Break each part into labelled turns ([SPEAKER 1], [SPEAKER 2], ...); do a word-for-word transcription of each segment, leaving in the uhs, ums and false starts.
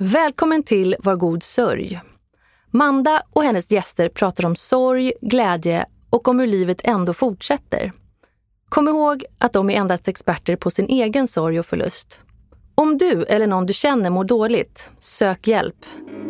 [SPEAKER 1] Välkommen till Var god sörj. Manda och hennes gäster pratar om sorg, glädje och om hur livet ändå fortsätter. Kom ihåg att de är endast experter på sin egen sorg och förlust. Om du eller någon du känner mår dåligt, sök hjälp.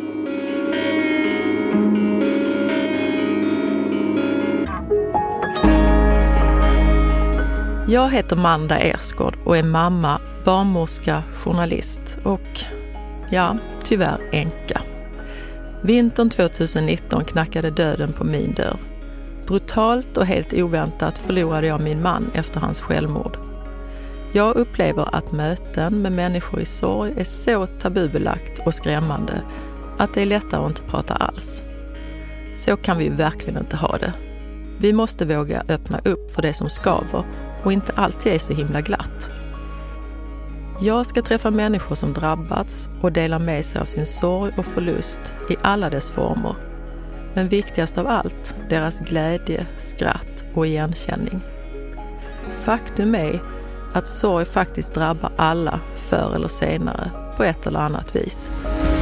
[SPEAKER 2] Jag heter Manda Ersgård och är mamma, barnmorska, journalist och, ja, tyvärr änka. Vintern tjugonitton knackade döden på min dörr. Brutalt och helt oväntat förlorade jag min man efter hans självmord. Jag upplever att möten med människor i sorg är så tabubelagt och skrämmande att det är lättare att inte prata alls. Så kan vi verkligen inte ha det. Vi måste våga öppna upp för det som skaver och inte alltid är så himla glatt. Jag ska träffa människor som drabbats och dela med sig av sin sorg och förlust i alla dess former. Men viktigast av allt, deras glädje, skratt och igenkänning. Faktum är att sorg faktiskt drabbar alla förr eller senare på ett eller annat vis.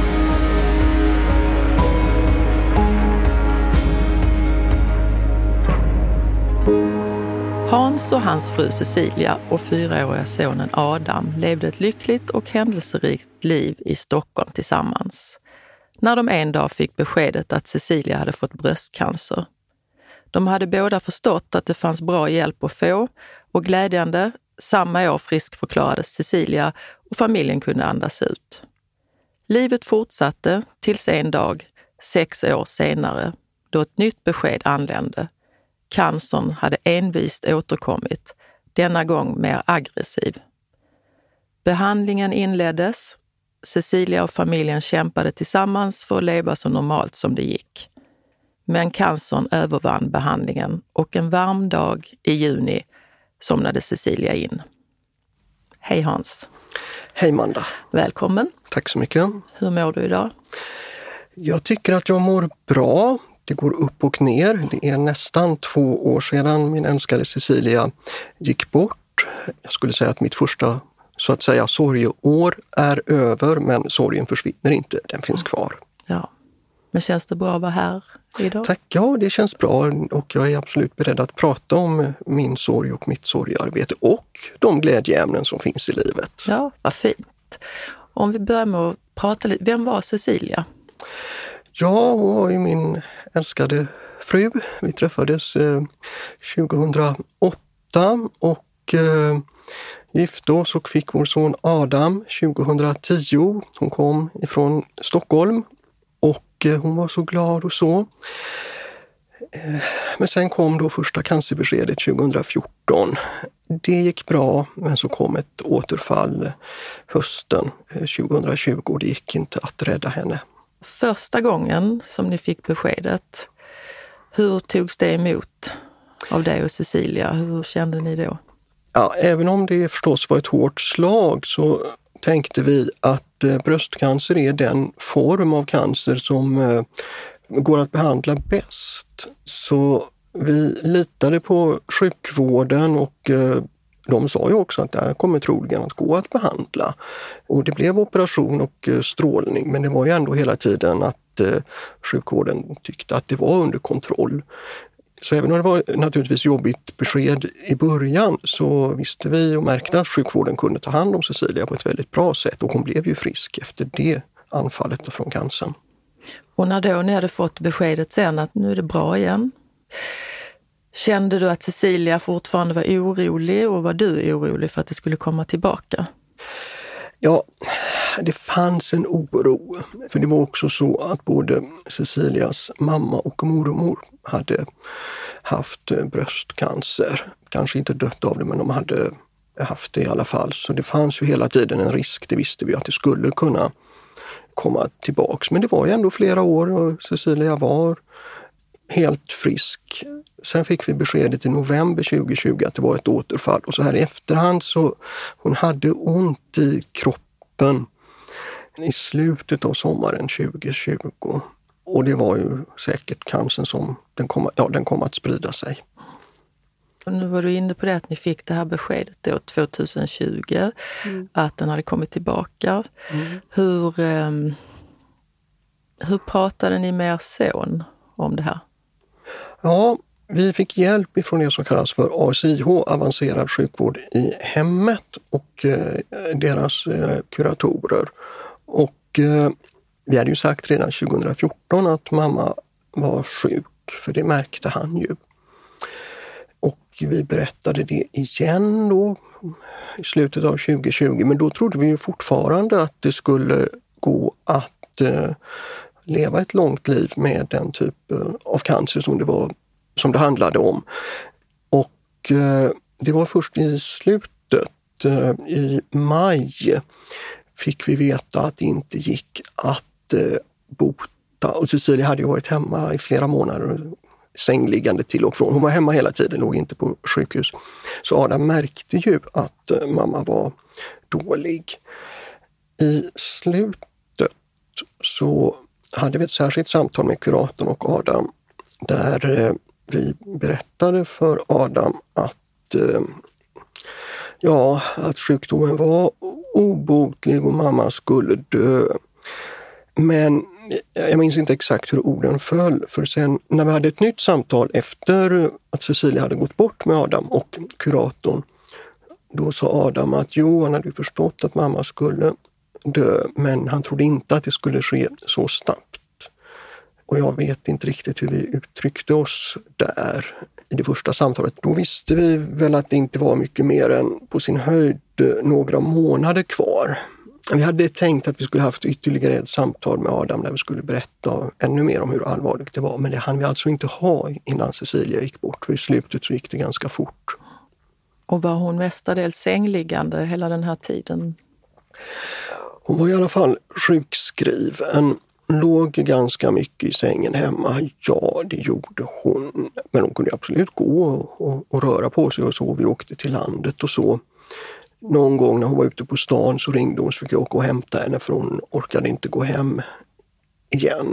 [SPEAKER 2] Hans och hans fru Cecilia och fyraåriga sonen Adam levde ett lyckligt och händelserikt liv i Stockholm tillsammans. När de en dag fick beskedet att Cecilia hade fått bröstcancer. De hade båda förstått att det fanns bra hjälp att få och glädjande, samma år friskförklarades Cecilia och familjen kunde andas ut. Livet fortsatte tills en dag, sex år senare, då ett nytt besked anlände. Cancern hade envist återkommit, denna gång mer aggressiv. Behandlingen inleddes. Cecilia och familjen kämpade tillsammans för att leva så normalt som det gick. Men cancern övervann behandlingen och en varm dag i juni somnade Cecilia in. Hej Hans.
[SPEAKER 3] Hej Manda.
[SPEAKER 2] Välkommen.
[SPEAKER 3] Tack så mycket.
[SPEAKER 2] Hur mår du idag?
[SPEAKER 3] Jag tycker att jag mår bra. Det går upp och ner. Det är nästan två år sedan min älskade Cecilia gick bort. Jag skulle säga att mitt första, så att säga, sorgeår är över, men sorgen försvinner inte. Den finns kvar.
[SPEAKER 2] Ja, men känns det bra att vara här idag?
[SPEAKER 3] Tack, ja, det känns bra och jag är absolut beredd att prata om min sorg och mitt sorgearbete och de glädjeämnen som finns i livet.
[SPEAKER 2] Ja, vad fint. Om vi börjar med att prata lite, vem var Cecilia?
[SPEAKER 3] Ja, hon var ju min älskade fru. Vi träffades eh, tjugohundraåtta och eh, gifte oss och fick vår son Adam tjugohundratio. Hon kom ifrån Stockholm och eh, hon var så glad och så. Eh, men sen kom då första cancerbeskedet tjugohundrafjorton. Det gick bra, men så kom ett återfall hösten eh, tjugotjugo och det gick inte att rädda henne.
[SPEAKER 2] Första gången som ni fick beskedet, hur togs det emot av dig och Cecilia? Hur kände ni då?
[SPEAKER 3] Ja, även om det förstås var ett hårt slag så tänkte vi att eh, bröstcancer är den form av cancer som eh, går att behandla bäst. Så vi litade på sjukvården och eh, de sa ju också att det här kommer troligen att gå att behandla. Och det blev operation och strålning, men det var ju ändå hela tiden att eh, sjukvården tyckte att det var under kontroll. Så även om det var naturligtvis jobbigt besked i början så visste vi och märkte att sjukvården kunde ta hand om Cecilia på ett väldigt bra sätt. Och hon blev ju frisk efter det anfallet från cancern.
[SPEAKER 2] Och när då ni hade fått beskedet sen att nu är det bra igen, kände du att Cecilia fortfarande var orolig och var du orolig för att det skulle komma tillbaka?
[SPEAKER 3] Ja, det fanns en oro. För det var också så att både Cecilias mamma och mormor hade haft bröstcancer. Kanske inte dött av det, men de hade haft det i alla fall. Så det fanns ju hela tiden en risk, det visste vi, att det skulle kunna komma tillbaks. Men det var ju ändå flera år och Cecilia var helt frisk. Sen fick vi beskedet i november tjugohundratjugo att det var ett återfall. Och så här i efterhand så hon hade ont i kroppen i slutet av sommaren tjugohundratjugo. Och det var ju säkert cancern som den kom, ja, den kom att sprida sig.
[SPEAKER 2] Nu var du inne på det att ni fick det här beskedet då tjugohundratjugo, mm. att den hade kommit tillbaka. Mm. Hur, um, hur pratade ni med er son om det här?
[SPEAKER 3] Ja, vi fick hjälp ifrån det som kallas för A S I H, avancerad sjukvård i hemmet, och eh, deras eh, kuratorer. Och eh, vi hade ju sagt redan tjugohundrafjorton att mamma var sjuk, för det märkte han ju. Och vi berättade det igen då i slutet av tjugohundratjugo, men då trodde vi ju fortfarande att det skulle gå att eh, leva ett långt liv med den typ av cancer som det var, som det handlade om. Och eh, det var först i slutet, eh, i maj, fick vi veta att det inte gick att eh, bota. Och Cecilia hade ju varit hemma i flera månader, sängliggande till och från. Hon var hemma hela tiden, låg inte på sjukhus. Så Adam märkte ju att eh, mamma var dålig. I slutet så hade vi ett särskilt samtal med kuratorn och Adam, där eh, vi berättade för Adam att, eh, ja, att sjukdomen var obotlig och mamma skulle dö. Men jag minns inte exakt hur orden föll, för sen när vi hade ett nytt samtal efter att Cecilia hade gått bort med Adam och kuratorn, då sa Adam att jo, han hade förstått att mamma skulle dö, men han trodde inte att det skulle ske så snabbt. Och jag vet inte riktigt hur vi uttryckte oss där i det första samtalet. Då visste vi väl att det inte var mycket mer än på sin höjd några månader kvar. Vi hade tänkt att vi skulle haft ytterligare ett samtal med Adam där vi skulle berätta ännu mer om hur allvarligt det var. Men det hann vi alltså inte ha innan Cecilia gick bort. För i slutet så gick det ganska fort.
[SPEAKER 2] Och var hon mestadels sängliggande hela den här tiden?
[SPEAKER 3] Hon var i alla fall sjukskriven. Låg ganska mycket i sängen hemma. Ja, det gjorde hon. Men hon kunde absolut gå och, och röra på sig och så. Vi åkte till landet och så. Någon gång när hon var ute på stan så ringde hon, så fick jag åka och hämta henne, för hon orkade inte gå hem igen.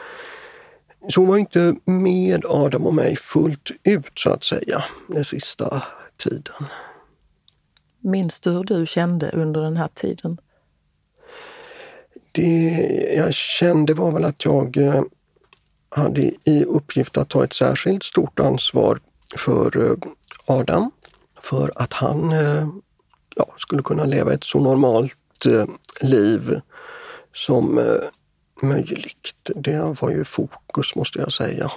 [SPEAKER 3] Så hon var inte med Adam och mig fullt ut, så att säga, den sista tiden.
[SPEAKER 2] Minns du hur du kände under den här tiden?
[SPEAKER 3] Det jag kände var väl att jag hade i uppgift att ta ett särskilt stort ansvar för Adam. För att han ja, skulle kunna leva ett så normalt liv som möjligt. Det var ju fokus, måste jag säga.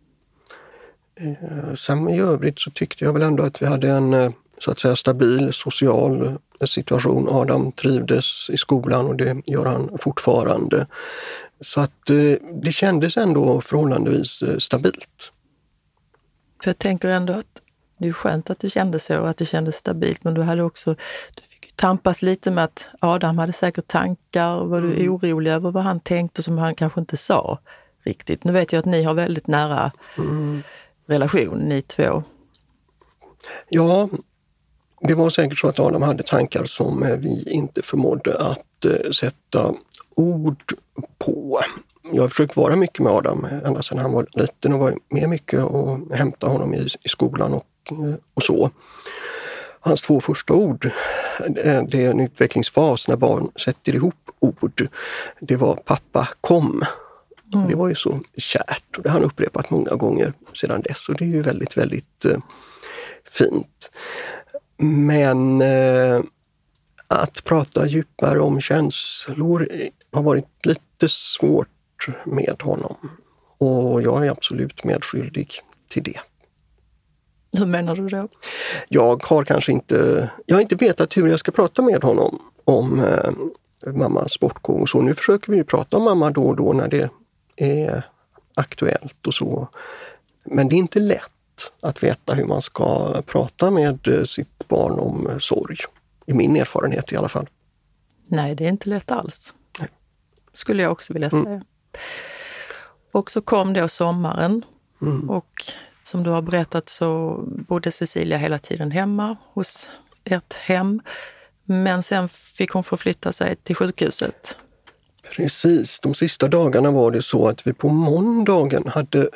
[SPEAKER 3] Sen i övrigt så tyckte jag väl ändå att vi hade en så att säga stabil social situation. Adam trivdes i skolan och det gör han fortfarande. Så att det kändes ändå förhållandevis stabilt.
[SPEAKER 2] För jag tänker ändå att det är skönt att det kändes så och att det kändes stabilt, men du hade också, du fick ju tampas lite med att Adam hade säkert tankar. Var du mm. orolig över vad han tänkte som han kanske inte sa riktigt? Nu vet jag att ni har väldigt nära mm. relation, ni två. Ja,
[SPEAKER 3] det var säkert så att Adam hade tankar som vi inte förmådde att uh, sätta ord på. Jag har försökt vara mycket med Adam ända sedan han var liten och var med mycket och hämta honom i, i skolan och, och så. Hans två första ord, det är en utvecklingsfas när barn sätter ihop ord. Det var pappa kom. Mm. Det var ju så kärt och det har han upprepat många gånger sedan dess, och det är ju väldigt, väldigt uh, fint. Men eh, att prata djupare om känslor har varit lite svårt med honom. Och jag är absolut medskyldig till det.
[SPEAKER 2] Hur menar du då?
[SPEAKER 3] Jag har kanske inte, jag har inte vetat hur jag ska prata med honom om eh, mammas bortgång och så. Nu försöker vi ju prata om mamma då och då när det är aktuellt och så. Men det är inte lätt att veta hur man ska prata med sitt barn om sorg. I min erfarenhet i alla fall.
[SPEAKER 2] Nej, det är inte lätt alls. Nej. Skulle jag också vilja säga. Mm. Och så kom då sommaren. Mm. Och som du har berättat så bodde Cecilia hela tiden hemma hos ert hem. Men sen fick hon förflytta sig till sjukhuset.
[SPEAKER 3] Precis. De sista dagarna var det så att vi på måndagen hade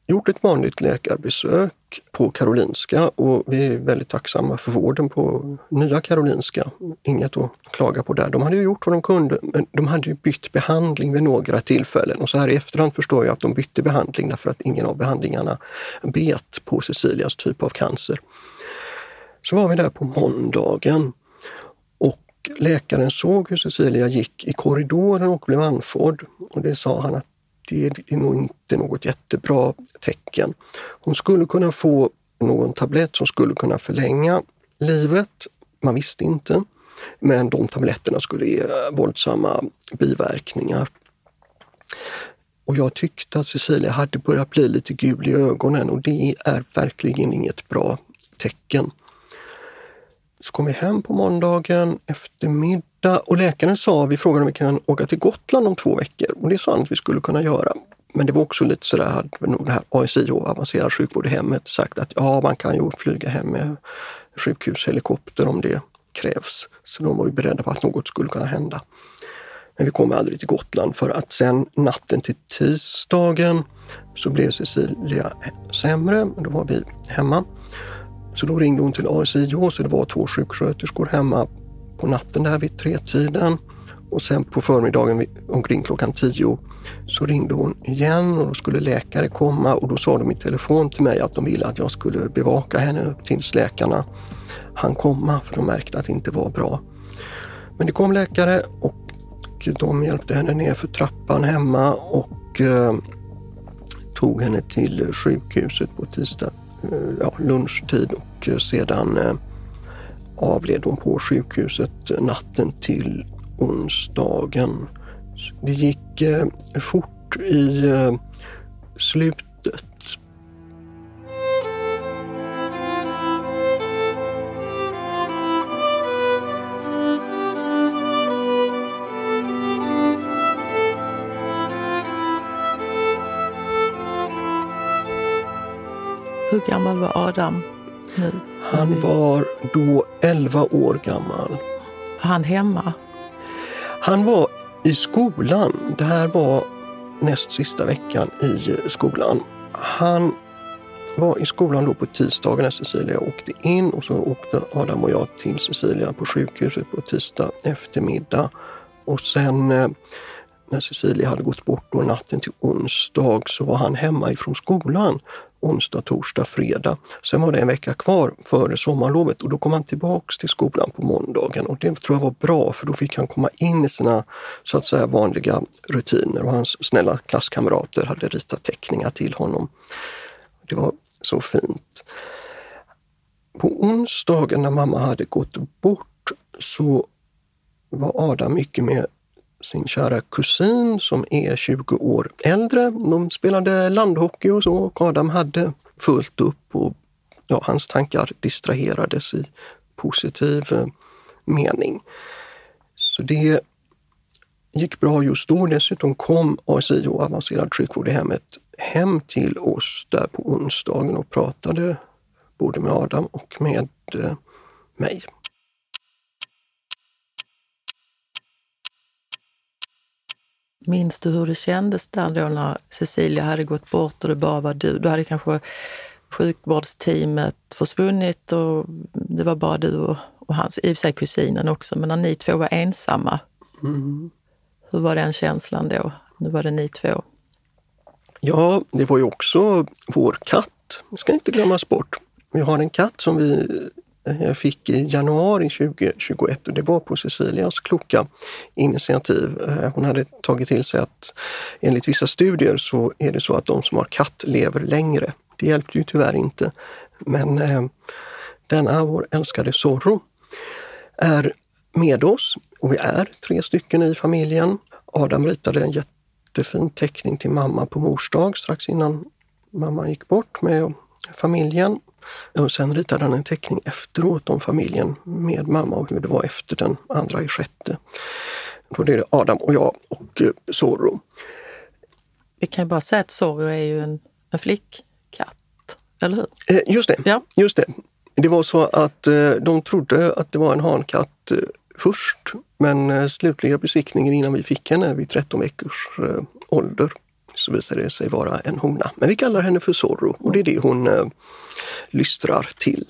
[SPEAKER 3] gjort ett vanligt läkarbesök på Karolinska och vi är väldigt tacksamma för vården på Nya Karolinska. Inget att klaga på där. De hade ju gjort vad de kunde, men de hade ju bytt behandling vid några tillfällen. Och så här i efterhand förstår jag att de bytte behandling därför att ingen av behandlingarna bet på Cecilias typ av cancer. Så var vi där på måndagen och läkaren såg hur Cecilia gick i korridoren och blev andfådd. Och det sa han att det är nog inte något jättebra tecken. Hon skulle kunna få någon tablett som skulle kunna förlänga livet. Man visste inte. Men de tabletterna skulle ge våldsamma biverkningar. Och jag tyckte att Cecilia hade börjat bli lite gul i ögonen och det är verkligen inget bra tecken. Så kom vi hem på måndagen eftermiddag och läkaren sa, vi frågade om vi kan åka till Gotland om två veckor och det sa han att vi skulle kunna göra. Men det var också lite sådär, hade nog det här A S I H, avancerad sjukvård i hemmet, sagt att ja, man kan ju flyga hem med sjukhushelikopter om det krävs. Så de var ju beredda på att något skulle kunna hända. Men vi kom aldrig till Gotland för att sen natten till tisdagen så blev Cecilia sämre. Då var vi hemma. Så då ringde hon till A S I H så det var två sjuksköterskor hemma på natten där vid tretiden. Och sen på förmiddagen omkring klockan tio så ringde hon igen och då skulle läkare komma och då sa de i telefon till mig att de ville att jag skulle bevaka henne tills läkarna han komma för de märkte att det inte var bra. Men det kom läkare och de hjälpte henne ner för trappan hemma och eh, tog henne till sjukhuset på tisdag, eh, ja, lunchtid och eh, sedan eh, avled hon på sjukhuset natten till onsdagen. Så det gick eh, fort i eh, slutet.
[SPEAKER 2] Hur gammal var Adam nu?
[SPEAKER 3] Han var då elva år gammal.
[SPEAKER 2] Var han hemma?
[SPEAKER 3] Han var i skolan. Det här var näst sista veckan i skolan. Han var i skolan då på tisdagen när Cecilia åkte in och så åkte Adam och jag till Cecilia på sjukhuset på tisdag eftermiddag. Och sen när Cecilia hade gått bort då natten till onsdag så var han hemma ifrån skolan. Onsdag, torsdag, fredag. Sen var det en vecka kvar före sommarlovet och då kom han tillbaks till skolan på måndagen och det tror jag var bra för då fick han komma in i sina så att säga vanliga rutiner och hans snälla klasskamrater hade ritat teckningar till honom. Det var så fint. På onsdagen när mamma hade gått bort så var Adam mycket med sin kära kusin som är tjugo år äldre. De spelade landhockey och så och Adam hade fullt upp och ja, hans tankar distraherades i positiv mening. Så det gick bra just då. Dessutom kom A S I och avancerad sjukvård i hemmet hem till oss där på onsdagen och pratade både med Adam och med mig.
[SPEAKER 2] Minns du hur det kändes där då när Cecilia hade gått bort och det bara var du? Då hade kanske sjukvårdsteamet försvunnit och det var bara du och, och hans, i och för sig kusinen också. Men när ni två var ensamma, mm. hur var den känslan då? Nu var det ni två.
[SPEAKER 3] Ja, det var ju också vår katt. Det ska inte glömmas bort. Vi har en katt som vi jag fick i januari tjugohundratjugoett och det var på Cecilias kloka initiativ. Hon hade tagit till sig att enligt vissa studier så är det så att de som har katt lever längre. Det hjälpte ju tyvärr inte. Men eh, denna vår älskade Zorro är med oss och vi är tre stycken i familjen. Adam ritade en jättefin teckning till mamma på mors dag strax innan mamma gick bort med familjen. Och sen ritade han en teckning efteråt om familjen med mamma och hur det var efter den andra i sjätte. Då är det Adam och jag och Zorro.
[SPEAKER 2] Vi kan ju bara säga att Zorro är ju en, en flickkatt, eller hur?
[SPEAKER 3] Eh, just det,
[SPEAKER 2] ja.
[SPEAKER 3] just det. Det var så att eh, de trodde att det var en hankatt eh, först. Men eh, slutliga besiktningen innan vi fick henne vid tretton veckors eh, ålder så visade det sig vara en hona. Men vi kallar henne för Zorro och det är det hon eh, lystrar till.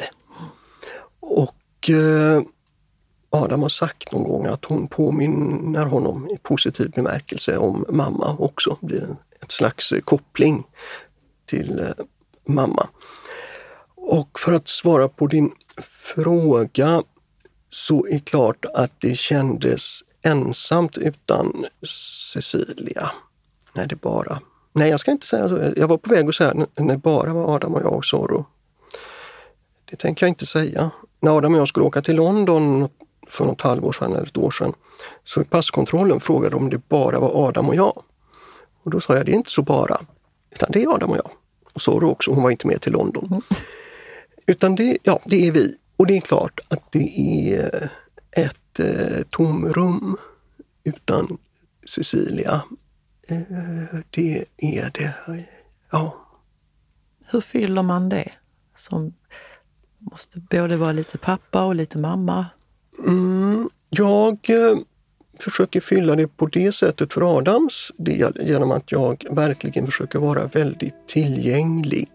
[SPEAKER 3] Och eh, Adam har sagt någon gång att hon påminner honom i positiv bemärkelse om mamma också. Det blir en ett slags koppling till eh, mamma. Och för att svara på din fråga så är klart att det kändes ensamt utan Cecilia. Nej, det bara... Nej, jag ska inte säga så. Jag var på väg att säga när det bara var Adam och jag och Zorro. Det tänker jag inte säga. När Adam och jag skulle åka till London för något halvår sedan eller ett år sedan så i passkontrollen frågade om det bara var Adam och jag. Och då sa jag, det är inte så bara, utan det är Adam och jag. Och Zorro också, hon var inte med till London. Mm. Utan det, ja, det är vi. Och det är klart att det är ett eh, tomrum utan Cecilia. Eh, det är det, ja.
[SPEAKER 2] Hur fyller man det? Som måste både vara lite pappa och lite mamma.
[SPEAKER 3] Mm, jag... Eh, försöker fylla det på det sättet för Adams del genom att jag verkligen försöker vara väldigt tillgänglig.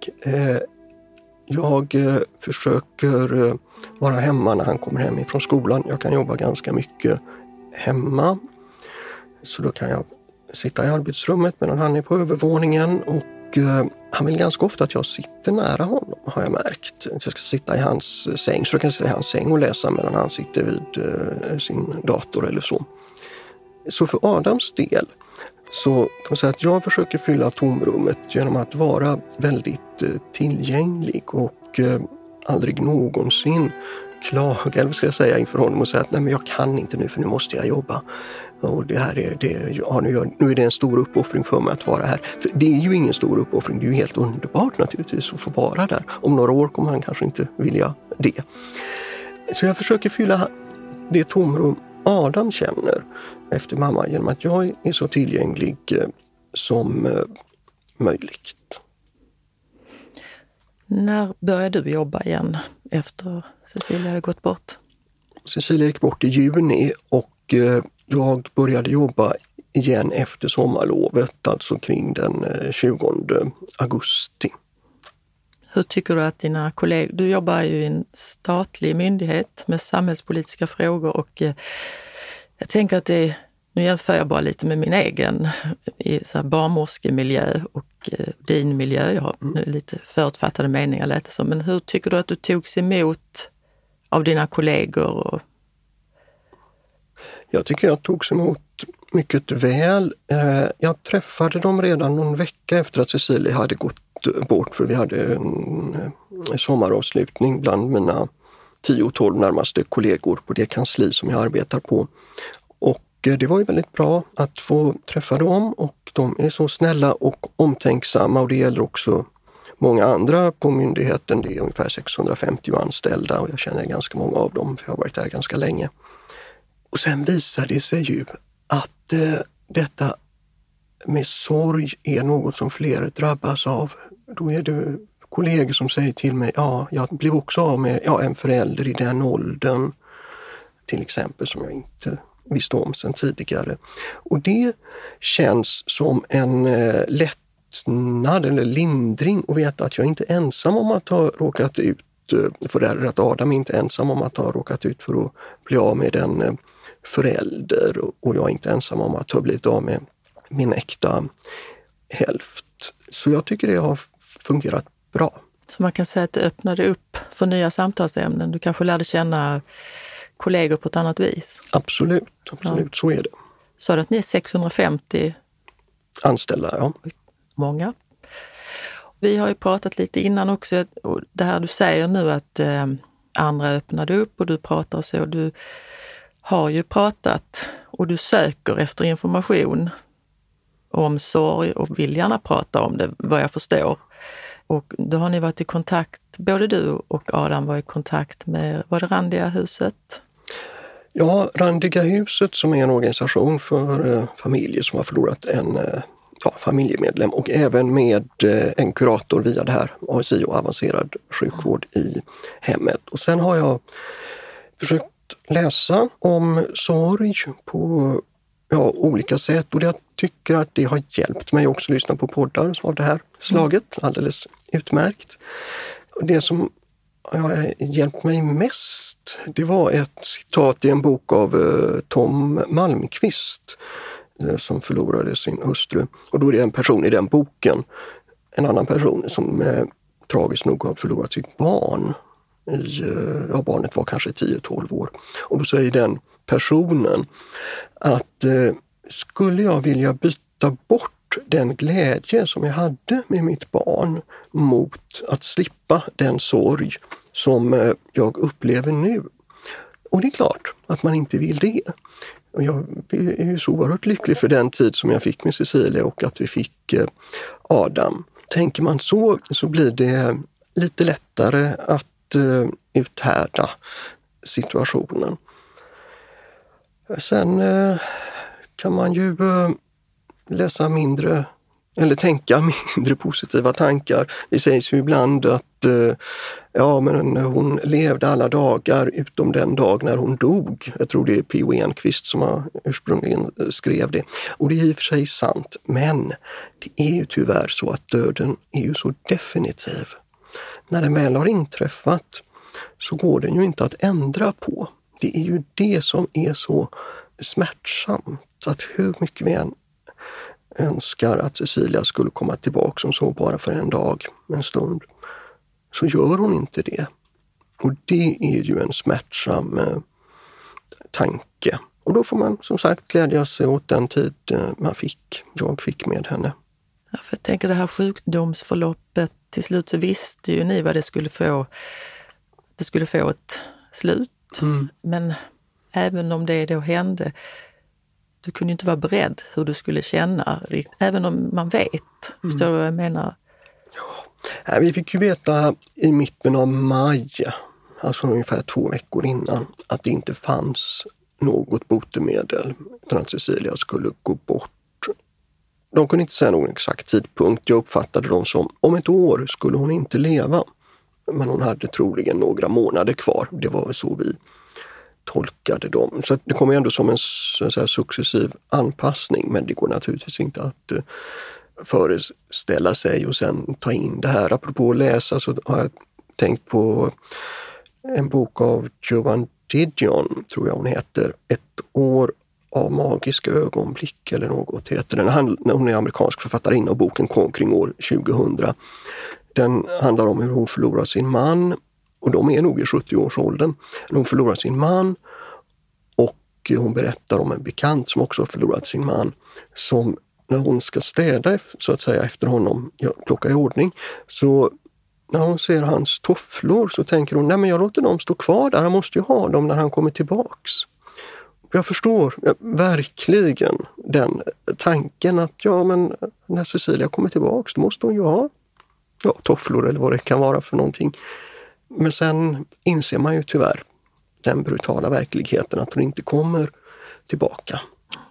[SPEAKER 3] Jag försöker vara hemma när han kommer hem ifrån skolan. Jag kan jobba ganska mycket hemma. Så då kan jag sitta i arbetsrummet medan han är på övervåningen och han vill ganska ofta att jag sitter nära honom, har jag märkt. Jag ska sitta i hans säng, så jag kan sitta i hans säng och läsa medan han sitter vid sin dator eller så. Så för Adams del så kan man säga att jag försöker fylla tomrummet genom att vara väldigt tillgänglig och aldrig någonsin klaga, eller ska jag säga, inför honom och säga att nej, men jag kan inte nu för nu måste jag jobba. Och det här är, det, ja, nu, gör, nu är det en stor uppoffring för mig att vara här. För det är ju ingen stor uppoffring, det är ju helt underbart naturligtvis att få vara där. Om några år kommer han kanske inte vilja det. Så jag försöker fylla det tomrum Adam känner efter mamma genom att jag är så tillgänglig som möjligt.
[SPEAKER 2] När började du jobba igen efter Cecilia hade gått bort?
[SPEAKER 3] Cecilia gick bort i juni och jag började jobba igen efter sommarlovet, alltså kring den tjugonde augusti.
[SPEAKER 2] Hur tycker du att dina kollegor, du jobbar ju i en statlig myndighet med samhällspolitiska frågor och eh, jag tänker att det, nu jämför jag bara lite med min egen i så här barnmorskemiljö och eh, din miljö. Jag har nu lite förutfattade meningar lät det som, men hur tycker du att du togs emot av dina kollegor? Och...
[SPEAKER 3] Jag tycker jag togs emot mycket väl. Jag träffade dem redan någon vecka efter att Cecilia hade gått bort, för vi hade en sommaravslutning bland mina tio tolv närmaste kollegor på det kansli som jag arbetar på. Och det var ju väldigt bra att få träffa dem och de är så snälla och omtänksamma och det gäller också många andra på myndigheten. Det är ungefär sexhundrafemtio anställda och jag känner ganska många av dem för jag har varit där ganska länge. Och sen visar det sig ju att eh, detta med sorg är något som fler drabbas av. Då är det kollegor som säger till mig, ja, jag blev också av med ja, en förälder i den åldern till exempel som jag inte visste om sedan tidigare. Och det känns som en eh, lättnad eller lindring att veta att jag inte är ensam om att ha råkat ut för det här, att Adam är inte ensam om att ha råkat ut för att bli av med en förälder och jag är inte ensam om att ha blivit av med min äkta hälft. Så jag tycker det har fungerat bra.
[SPEAKER 2] Så man kan säga att det öppnade upp för nya samtalsämnen. Du kanske lärde känna kollegor på ett annat vis?
[SPEAKER 3] Absolut, absolut, ja. Så är det.
[SPEAKER 2] Sa du att ni är sexhundrafemtio
[SPEAKER 3] anställda? Ja.
[SPEAKER 2] Många. Vi har ju pratat lite innan också, och det här du säger nu att eh, andra öppnade upp och du pratar så. Du har ju pratat och du söker efter information om sorg och vill gärna prata om det, vad jag förstår. Och då har ni varit i kontakt, både du och Adam var i kontakt med, var det Randiga huset?
[SPEAKER 3] Ja, Randiga huset som är en organisation för eh, familjer som har förlorat en eh, ja, familjemedlem och även med eh, en kurator via det här A S I och avancerad sjukvård i hemmet. Och sen har jag försökt läsa om sorg på ja, olika sätt. Och jag tycker att det har hjälpt mig också att lyssna på poddar av det här slaget. Alldeles utmärkt. Och det som har hjälpt mig mest, det var ett citat i en bok av Tom Malmqvist som förlorade sin hustru. Och då är det en person i den boken, en annan person som eh, tragiskt nog har förlorat sitt barn. I, eh, ja, barnet var kanske tio tolv år. Och då säger den personen att eh, skulle jag vilja byta bort den glädje som jag hade med mitt barn mot att slippa den sorg som eh, jag upplever nu. Och det är klart att man inte vill det. Och jag är ju så oerhört lycklig för den tid som jag fick med Cecilia och att vi fick eh, Adam. Tänker man så, så blir det lite lättare att eh, uthärda situationen. Sen eh, kan man ju eh, läsa mindre, eller tänka mindre positiva tankar. Det sägs ju ibland att eh, ja, men hon levde alla dagar utom den dag när hon dog. Jag tror det är P O Enquist som har ursprungligen skrev det. Och det är i och för sig sant, men det är ju tyvärr så att döden är ju så definitiv. När den väl har inträffat så går den ju inte att ändra på. Det är ju det som är så smärtsamt, att hur mycket vi än önskar att Cecilia skulle komma tillbaka som så bara för en dag, en stund, så gör hon inte det. Och det är ju en smärtsam eh, tanke. Och då får man som sagt glädja sig åt den tid eh, man fick, jag fick med henne.
[SPEAKER 2] Ja, för jag tänker det här sjukdomsförloppet, till slut så visste ju ni vad det skulle få. Det skulle få ett slut. Mm. Men även om det då hände, du kunde inte vara beredd hur du skulle känna, även om man vet. Mm. Förstår du vad jag menar?
[SPEAKER 3] Ja, vi fick ju veta i mitten av maj, alltså ungefär två veckor innan, att det inte fanns något botemedel utan att Cecilia skulle gå bort. De kunde inte säga någon exakt tidpunkt. Jag uppfattade dem som om ett år skulle hon inte leva. Men hon hade troligen några månader kvar. Det var väl så vi tolkade dem. Så det kommer ändå som en så här successiv anpassning, men det går naturligtvis inte att uh, föreställa sig och sen ta in det här. Apropå att läsa så har jag tänkt på en bok av Joan Didion, tror jag hon heter, Ett år av magiska ögonblick eller något heter den. Hon är amerikansk författarinna och boken kom kring år tjugohundra. Den handlar om hur hon förlorar sin man, och de är nog i sjuttio-årsåldern. Hon förlorar sin man och hon berättar om en bekant som också har förlorat sin man, som när hon ska städa så att säga efter honom, plocka i ordning, så när hon ser hans tofflor så tänker hon, nej men jag låter dem stå kvar där, han måste ju ha dem när han kommer tillbaks. Jag förstår ja, verkligen den tanken att ja men när Cecilia kommer tillbaks då måste hon ju ha ja, tofflor eller vad det kan vara för någonting. Men sen inser man ju tyvärr den brutala verkligheten att hon inte kommer tillbaka.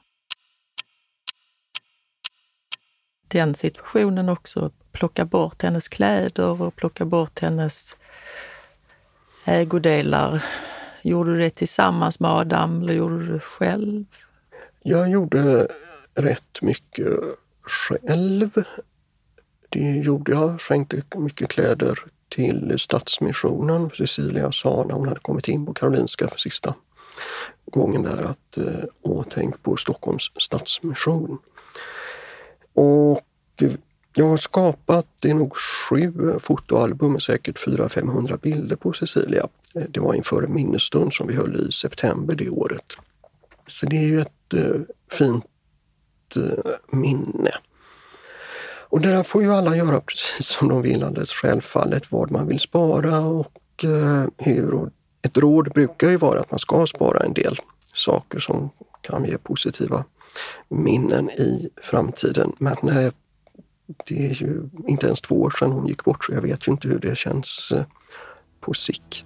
[SPEAKER 2] Den situationen också, plocka bort hennes kläder och plocka bort hennes ägodelar. Gjorde du det tillsammans med Adam eller gjorde du det själv?
[SPEAKER 3] Jag gjorde rätt mycket själv. Det gjorde jag. Skänkte mycket kläder till Stadsmissionen. Cecilia sa när hon hade kommit in på Karolinska för sista gången där att åh, tänk på Stockholms Stadsmission. Och jag har skapat, det är nog sju fotoalbum med säkert fyra till femhundra bilder på Cecilia. Det var inför en minnesstund som vi höll i september det året. Så det är ju ett uh, fint uh, minne. Och det där får ju alla göra precis som de vill, alldeles självfallet, vad man vill spara och uh, hur. Och ett råd brukar ju vara att man ska spara en del saker som kan ge positiva minnen i framtiden. Men uh, det är ju inte ens två år sedan hon gick bort, så jag vet ju inte hur det känns uh, på sikt.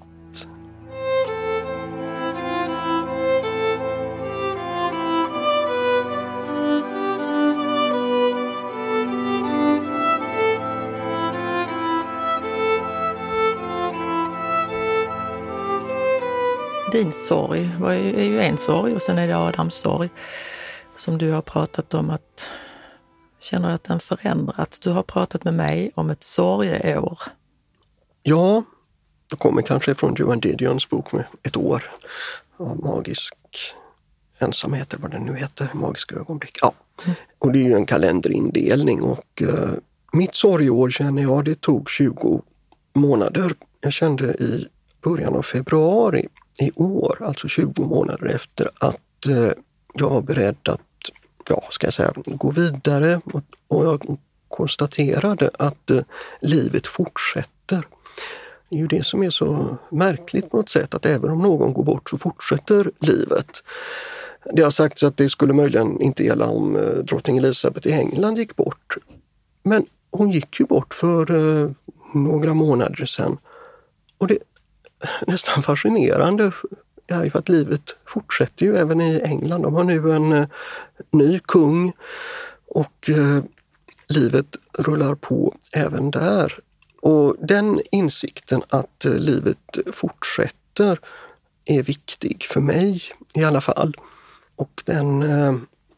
[SPEAKER 2] Din sorg är ju en sorg och sen är det Adams sorg. som du har pratat om, att känner du att den förändrats? Du har pratat med mig om ett sorgeår.
[SPEAKER 3] Ja, det kommer kanske från Joan Didions bok med ett år av magisk ensamhet, eller vad den nu heter, magiska ögonblick. Ja, mm. Och det är ju en kalenderindelning och uh, mitt sorgeår känner jag, det tog tjugo månader. Jag kände i början av februari i år, alltså tjugo månader efter att uh, jag var beredd att, ja, ska jag säga, gå vidare, och, och jag konstaterade att uh, livet fortsätter. Det är ju det som är så märkligt på något sätt, att även om någon går bort så fortsätter livet. Det har sagts att det skulle möjligen inte gälla om eh, drottning Elisabeth i England gick bort. Men hon gick ju bort för eh, några månader sedan. Och det är nästan fascinerande är ju att livet fortsätter ju även i England. De har nu en eh, ny kung och eh, livet rullar på även där. Och den insikten att eh, livet fortsätter är viktig för mig i alla fall. Och den eh,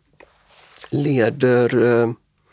[SPEAKER 3] leder eh,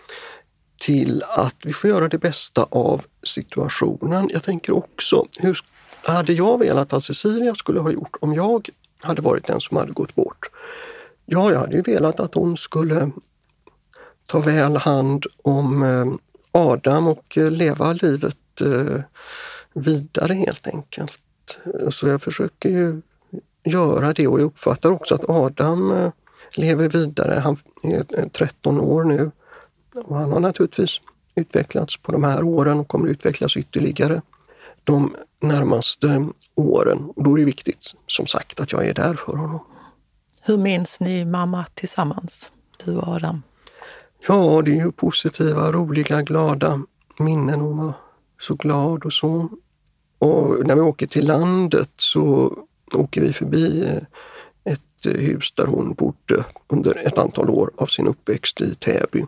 [SPEAKER 3] till att vi får göra det bästa av situationen. Jag tänker också, hur hade jag velat att Cecilia skulle ha gjort om jag hade varit den som hade gått bort? Ja, jag hade ju velat att hon skulle ta väl hand om eh, Adam och eh, leva livet eh, vidare helt enkelt. Så jag försöker ju göra det, och jag uppfattar också att Adam eh, lever vidare. Han är tretton år nu och han har naturligtvis utvecklats på de här åren och kommer utvecklas ytterligare de närmaste åren. Och då är det viktigt, som sagt, att jag är där för honom.
[SPEAKER 2] Hur minns ni mamma tillsammans, du och Adam?
[SPEAKER 3] Ja, det är ju positiva, roliga, glada minnen. Hon var så glad och så. Och när vi åker till landet så åker vi förbi ett hus där hon bodde under ett antal år av sin uppväxt i Täby.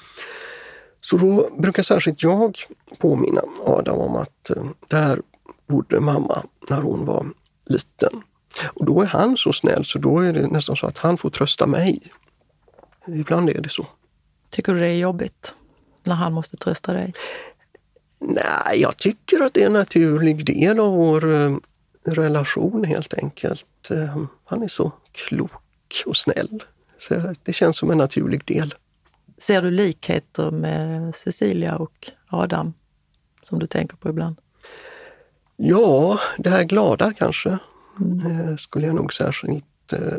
[SPEAKER 3] Så då brukar särskilt jag påminna Adam om att där bodde mamma när hon var liten. Och då är han så snäll, så då är det nästan så att han får trösta mig. Ibland är det så.
[SPEAKER 2] Tycker du det är jobbigt när han måste trösta dig?
[SPEAKER 3] Nej, jag tycker att det är en naturlig del av vår eh, relation helt enkelt. Eh, han är så klok och snäll. Så det känns som en naturlig del.
[SPEAKER 2] Ser du likheter med Cecilia och Adam som du tänker på ibland?
[SPEAKER 3] Ja, det här glada kanske mm. eh, skulle jag nog särskilt eh,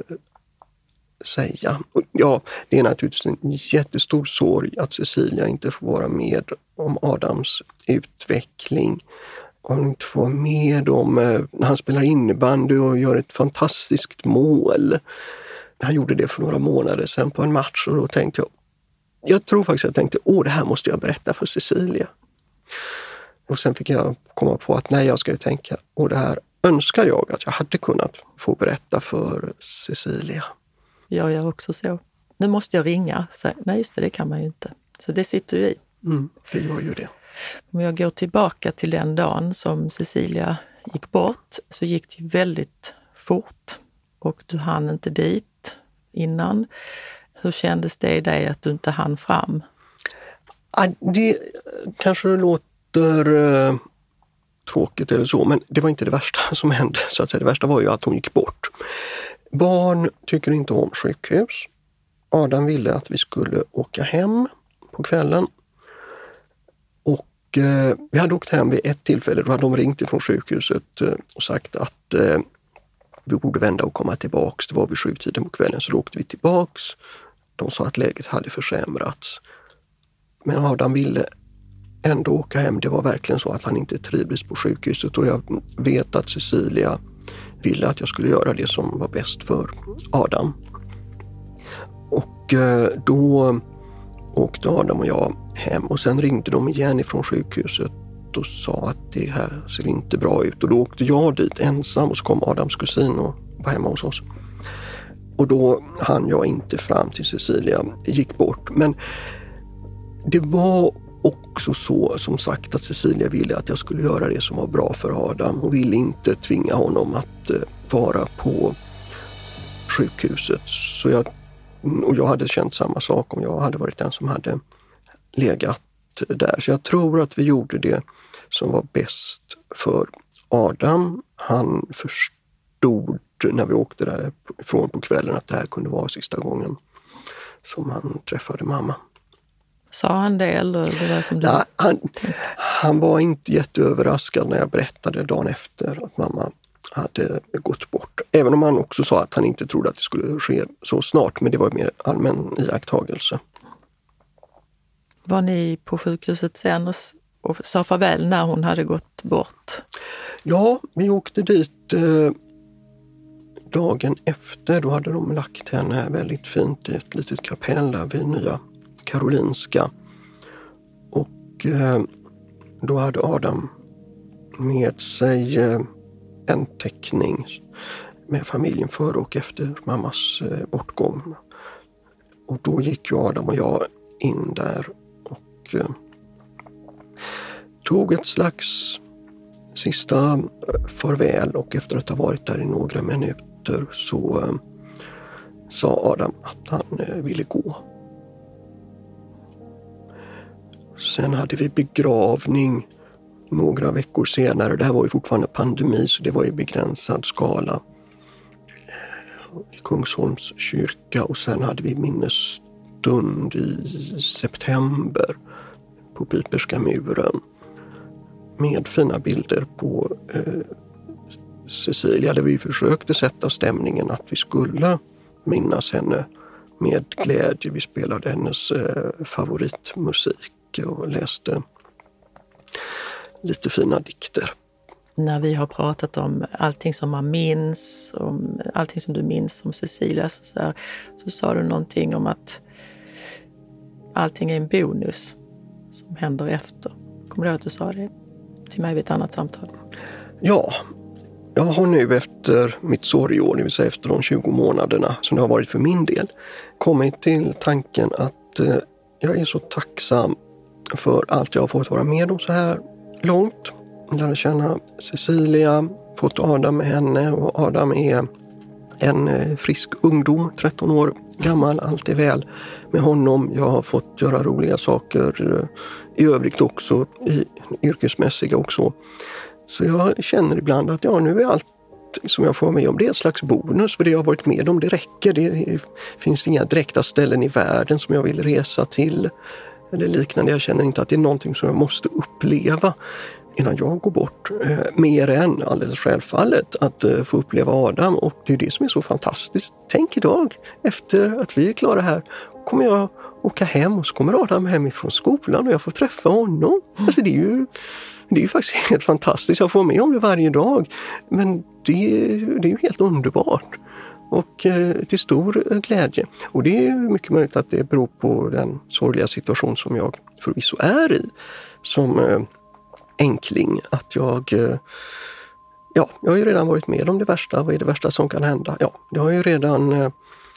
[SPEAKER 3] säga. Och ja, det är naturligtvis en jättestor sorg att Cecilia inte får vara med om Adams utveckling. Och han inte får vara med om eh, när han spelar innebandy och gör ett fantastiskt mål. Han gjorde det för några månader sedan på en match, och då tänkte jag, jag tror faktiskt att jag tänkte, åh, det här måste jag berätta för Cecilia. Och sen fick jag komma på att nej, jag ska ju tänka, och det här önskar jag att jag hade kunnat få berätta för Cecilia.
[SPEAKER 2] Jag gör också så. Nu måste jag ringa. Så, nej, just det, det kan man ju inte. Så det sitter ju i.
[SPEAKER 3] Mm, det gör ju det.
[SPEAKER 2] Om jag går tillbaka till den dagen som Cecilia gick bort, så gick det ju väldigt fort. Och du hann inte dit innan. Hur kändes det i dig att du inte hann fram?
[SPEAKER 3] Ja, det kanske låter eh, tråkigt eller så, men det var inte det värsta som hände. Så att säga. Det värsta var ju att hon gick bort. Barn tycker inte om sjukhus. Adam ville att vi skulle åka hem på kvällen. Och eh, vi hade åkt hem vid ett tillfälle. Då hade de ringt ifrån sjukhuset eh, och sagt att eh, vi borde vända och komma tillbaks. Det var vid sjutiden på kvällen, så då åkte vi tillbaks. De sa att läget hade försämrats. Men Adam ville ändå åka hem. Det var verkligen så att han inte trivdes på sjukhuset. Och jag vet att Cecilia ville att jag skulle göra det som var bäst för Adam. Och då åkte Adam och jag hem. Och sen ringde de igen ifrån sjukhuset och sa att det här ser inte bra ut. Och då åkte jag dit ensam, och så kom Adams kusin och var hemma hos oss. Och då hann jag inte fram till Cecilia gick bort. Men det var också så, som sagt, att Cecilia ville att jag skulle göra det som var bra för Adam. Hon ville inte tvinga honom att vara på sjukhuset. Så jag Och jag hade känt samma sak om jag hade varit den som hade legat där. Så jag tror att vi gjorde det som var bäst för Adam. Han förstod när vi åkte därifrån på kvällen att det här kunde vara sista gången som han träffade mamma.
[SPEAKER 2] Sa han det eller det var som du
[SPEAKER 3] ja, han, han var inte jätteöverraskad när jag berättade dagen efter att mamma hade gått bort. Även om han också sa att han inte trodde att det skulle ske så snart, men det var mer allmän iakttagelse.
[SPEAKER 2] Var ni på sjukhuset sen och, och sa farväl när hon hade gått bort?
[SPEAKER 3] Ja, vi åkte dit eh, dagen efter. Då hade de lagt henne väldigt fint i ett litet kapell där vid Nya Karolinska. Och eh, då hade Adam med sig eh, en teckning med familjen före och efter mammas eh, bortgång. Och då gick ju Adam och jag in där och eh, tog ett slags sista farväl, och efter att ha varit där i några minuter så eh, sa Adam att han eh, ville gå. Sen hade vi begravning några veckor senare. Det här var ju fortfarande pandemi, så det var i begränsad skala i Kungsholms kyrka. Och sen hade vi minnesstund i september på Piperska muren med fina bilder på eh, Cecilia, där vi försökte sätta stämningen att vi skulle minnas henne med glädje. Vi spelade hennes eh, favoritmusik och läste lite fina dikter.
[SPEAKER 2] När vi har pratat om allting som man minns, om allting som du minns om Cecilia, så, så, här, så sa du någonting om att allting är en bonus som händer efter. Kommer du ihåg att du sa det till mig vid ett annat samtal?
[SPEAKER 3] Ja, jag har nu efter mitt sorgår, det vill säga efter de tjugo månaderna som det har varit för min del, kommit till tanken att eh, jag är så tacksam för allt jag har fått vara med om så här långt. Lära känna Cecilia, fått Adam med henne, och Adam är en frisk ungdom, tretton år gammal, allt är väl med honom. Jag har fått göra roliga saker i övrigt också, i yrkesmässiga också. Så jag känner ibland att ja, nu är allt som jag får vara med om, det är en slags bonus för det jag har varit med om. Det räcker, det finns inga direkta ställen i världen som jag vill resa till eller liknande. Jag känner inte att det är någonting som jag måste uppleva innan jag går bort. Eh, mer än alldeles självfallet att eh, få uppleva Adam, och det är det som är så fantastiskt. Tänk idag, efter att vi är klara här, kommer jag åka hem och så kommer Adam hem ifrån skolan och jag får träffa honom. Mm. Alltså det är ju det är ju faktiskt helt fantastiskt. Jag får med om det varje dag, men det, det är ju helt underbart. Och eh, till stor glädje. Och det är mycket möjligt att det beror på den sorgliga situation som jag förvisso är i som eh, enkling. Att jag, eh, ja, jag har ju redan varit med om det värsta. Vad är det värsta som kan hända? Ja, det har ju redan eh,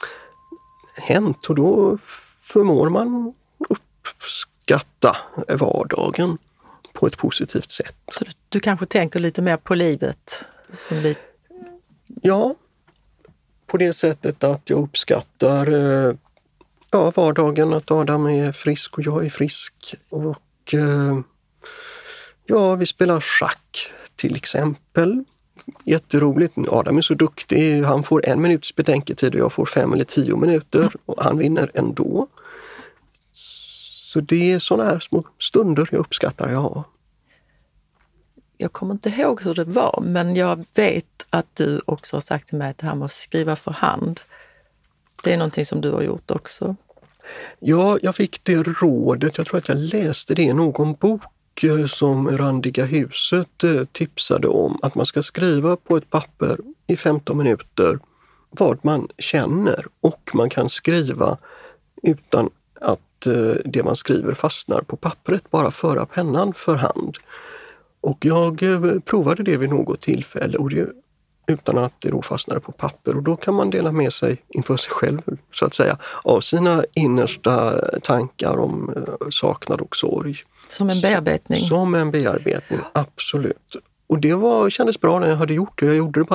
[SPEAKER 3] hänt, och då förmår man uppskatta vardagen på ett positivt sätt.
[SPEAKER 2] Så du, du kanske tänker lite mer på livet? Som vi...
[SPEAKER 3] Ja, på det sättet att jag uppskattar eh, ja, vardagen, att Adam är frisk och jag är frisk. Och eh, ja, vi spelar schack till exempel. Jätteroligt. Adam är så duktig. Han får en minuts betänketid och jag får fem eller tio minuter. Och han vinner ändå. Så det är sådana här små stunder jag uppskattar jag har.
[SPEAKER 2] Jag kommer inte ihåg hur det var, men jag vet att du också har sagt till mig att det här med att skriva för hand, det är någonting som du har gjort också.
[SPEAKER 3] Ja, jag fick det rådet. Jag tror att jag läste det i någon bok som Randiga huset tipsade om. Att man ska skriva på ett papper i femton minuter vad man känner. Och man kan skriva utan att det man skriver fastnar på pappret. Bara föra pennan för hand. Och jag provade det vid något tillfälle och det, utan att det då fastnade på papper. Och då kan man dela med sig inför sig själv, så att säga, av sina innersta tankar om saknad och sorg.
[SPEAKER 2] Som en bearbetning?
[SPEAKER 3] Som en bearbetning, absolut. Och det var, kändes bra när jag hade gjort det. Jag gjorde det bara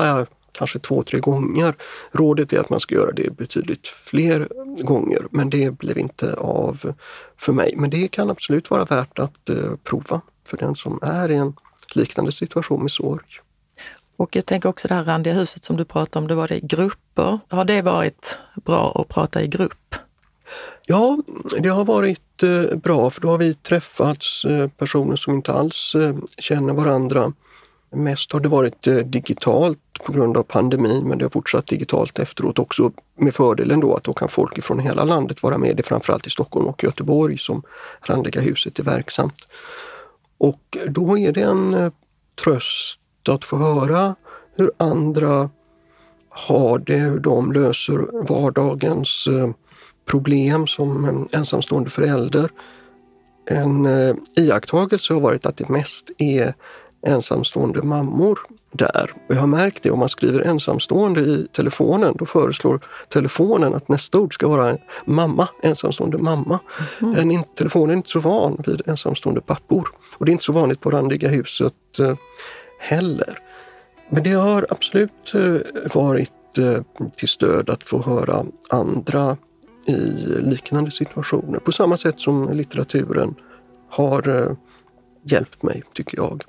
[SPEAKER 3] kanske två, tre gånger. Rådet är att man ska göra det betydligt fler gånger, men det blev inte av för mig. Men det kan absolut vara värt att eh, prova för den som är i en liknande situation med sorg.
[SPEAKER 2] Och jag tänker också det här randiga huset som du pratade om, det var det i grupper. Har det varit bra att prata i grupp?
[SPEAKER 3] Ja, det har varit eh, bra, för då har vi träffats eh, personer som inte alls eh, känner varandra. Mest har det varit eh, digitalt på grund av pandemin, men det har fortsatt digitalt efteråt också, med fördelen då att då kan folk från hela landet vara med. Det är framförallt i Stockholm och Göteborg som Randiga huset är verksamt. Och då är det en eh, tröst att få höra hur andra har det, hur de löser vardagens eh, problem som en ensamstående förälder. En eh, iakttagelse har varit att det mest är ensamstående mammor där. Och jag har märkt det, om man skriver ensamstående i telefonen, då föreslår telefonen att nästa ord ska vara mamma, ensamstående mamma. Mm. En, telefonen är inte så van vid ensamstående pappor. Och det är inte så vanligt på Randiga huset eh, heller. Men det har absolut eh, varit eh, till stöd att få höra andra i liknande situationer. På samma sätt som litteraturen har eh, hjälpt mig, tycker jag.